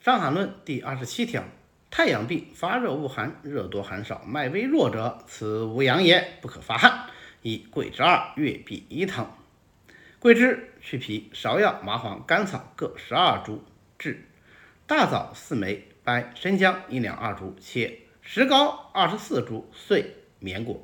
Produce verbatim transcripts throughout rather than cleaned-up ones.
伤寒论》第二十七条，太阳病，发热恶寒，热多寒少，脉微弱者，此无阳也，不可发汗，以桂枝二、月碧一汤。桂枝去皮，芍药、麻黄、甘草各十二株治。大枣四枚，白生姜一两二株切，石膏二十四株碎绵果。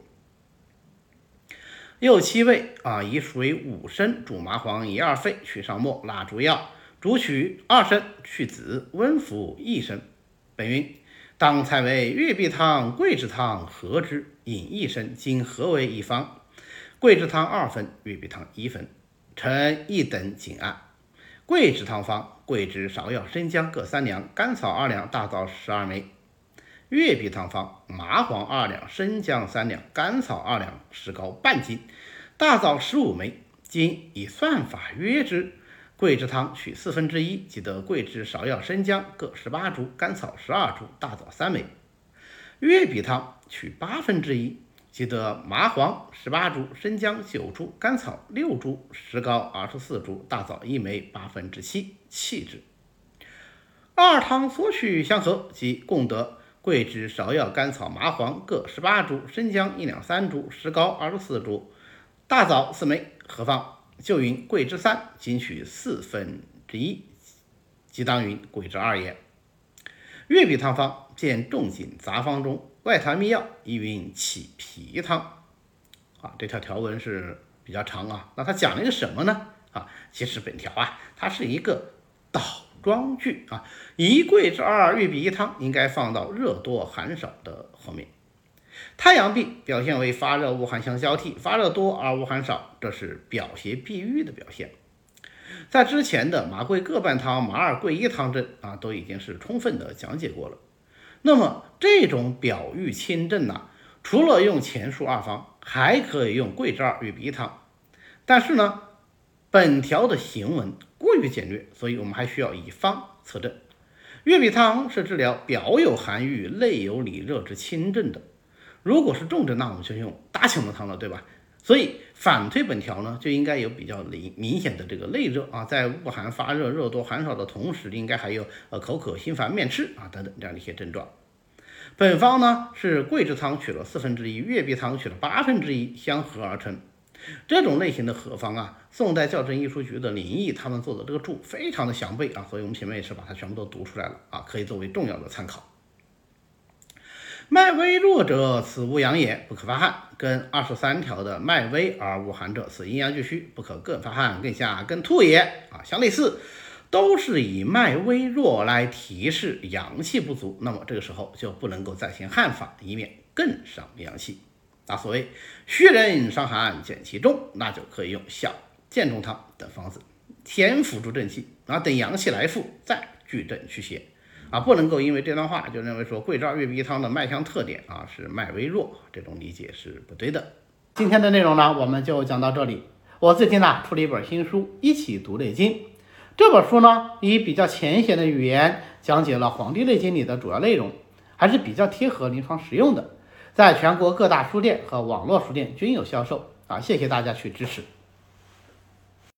右七味啊，以水五升煮麻黄一二沸，取上末，蜡烛药，煮取二升，去子，温服一升。本云当采为月碧汤、桂枝汤合之，饮一升，今合为一方。桂枝汤二分，月碧汤一分，成一等紧按。桂枝汤方：桂枝、芍药、生姜各三两，甘草二两，大枣十二枚。月碧汤方：麻黄二两，生姜三两，甘草二两，石膏半斤，大枣十五枚。今以算法约之。桂枝汤取四分之一，即得桂枝、芍药、生姜各十八株，甘草十二株，大枣三枚。月碧汤取八分之一，即得麻黄十八株，生姜九株，甘草六株，石膏二十四株，大枣一枚，八分之七，弃之。二汤所取相合，即共得桂枝、芍药、甘草、麻黄各十八株，生姜一两三株，石膏二十四株，大枣四枚。何方？就云桂枝三，仅取四分之一，即当云桂枝二也。月碧汤方见仲景杂方中外谈秘要，一云起皮汤。啊，这条条文是比较长啊，那它讲了一个什么呢？啊，其实本条啊，它是一个倒装句啊，一桂枝二，月碧一汤应该放到热多寒少的后面。太阳病表现为发热恶寒相交替，发热多而恶寒少，这是表邪避瘀的表现。在之前的麻桂各半汤、麻二桂一汤证啊，都已经是充分的讲解过了。那么这种表瘀亲症呢，除了用前述二方，还可以用桂枝二、月碧一汤。但是呢，本条的行文过于简略，所以我们还需要以方测证。月碧汤是治疗表有寒郁、内有里热之亲症的。如果是重症，那我们就用大青龙汤了，对吧？所以反推本条呢，就应该有比较明显的这个内热啊，在恶寒发热、热多寒少的同时，应该还有呃口渴、心烦、面赤啊等等这样的一些症状。本方呢是桂枝汤取了四分之一，月碧汤取了八分之一，相合而成。这种类型的合方啊，宋代校正医书局的林毅他们做的这个注非常的详备啊，所以我们前面也是把它全部都读出来了啊，可以作为重要的参考。脉微弱者，此无阳也，不可发汗，跟二十三条的脉微而无寒者，此阴阳俱虚，不可更发汗，更下更吐也啊，相类似，都是以脉微弱来提示阳气不足，那么这个时候就不能够再行汗法，以免更伤阳气。啊，所谓虚人伤寒见其重，那就可以用小建中汤等方子，先辅助正气，啊，等阳气来复，再聚正驱邪。啊，不能够因为这段话就认为说桂枝二、月碧一汤的脉象特点啊是脉微弱，这种理解是不对的。今天的内容呢，我们就讲到这里。我最近呢出了一本新书《一起读内经》，这本书呢以比较浅显的语言讲解了《黄帝内经》里的主要内容，还是比较贴合临床实用的，在全国各大书店和网络书店均有销售啊，谢谢大家去支持。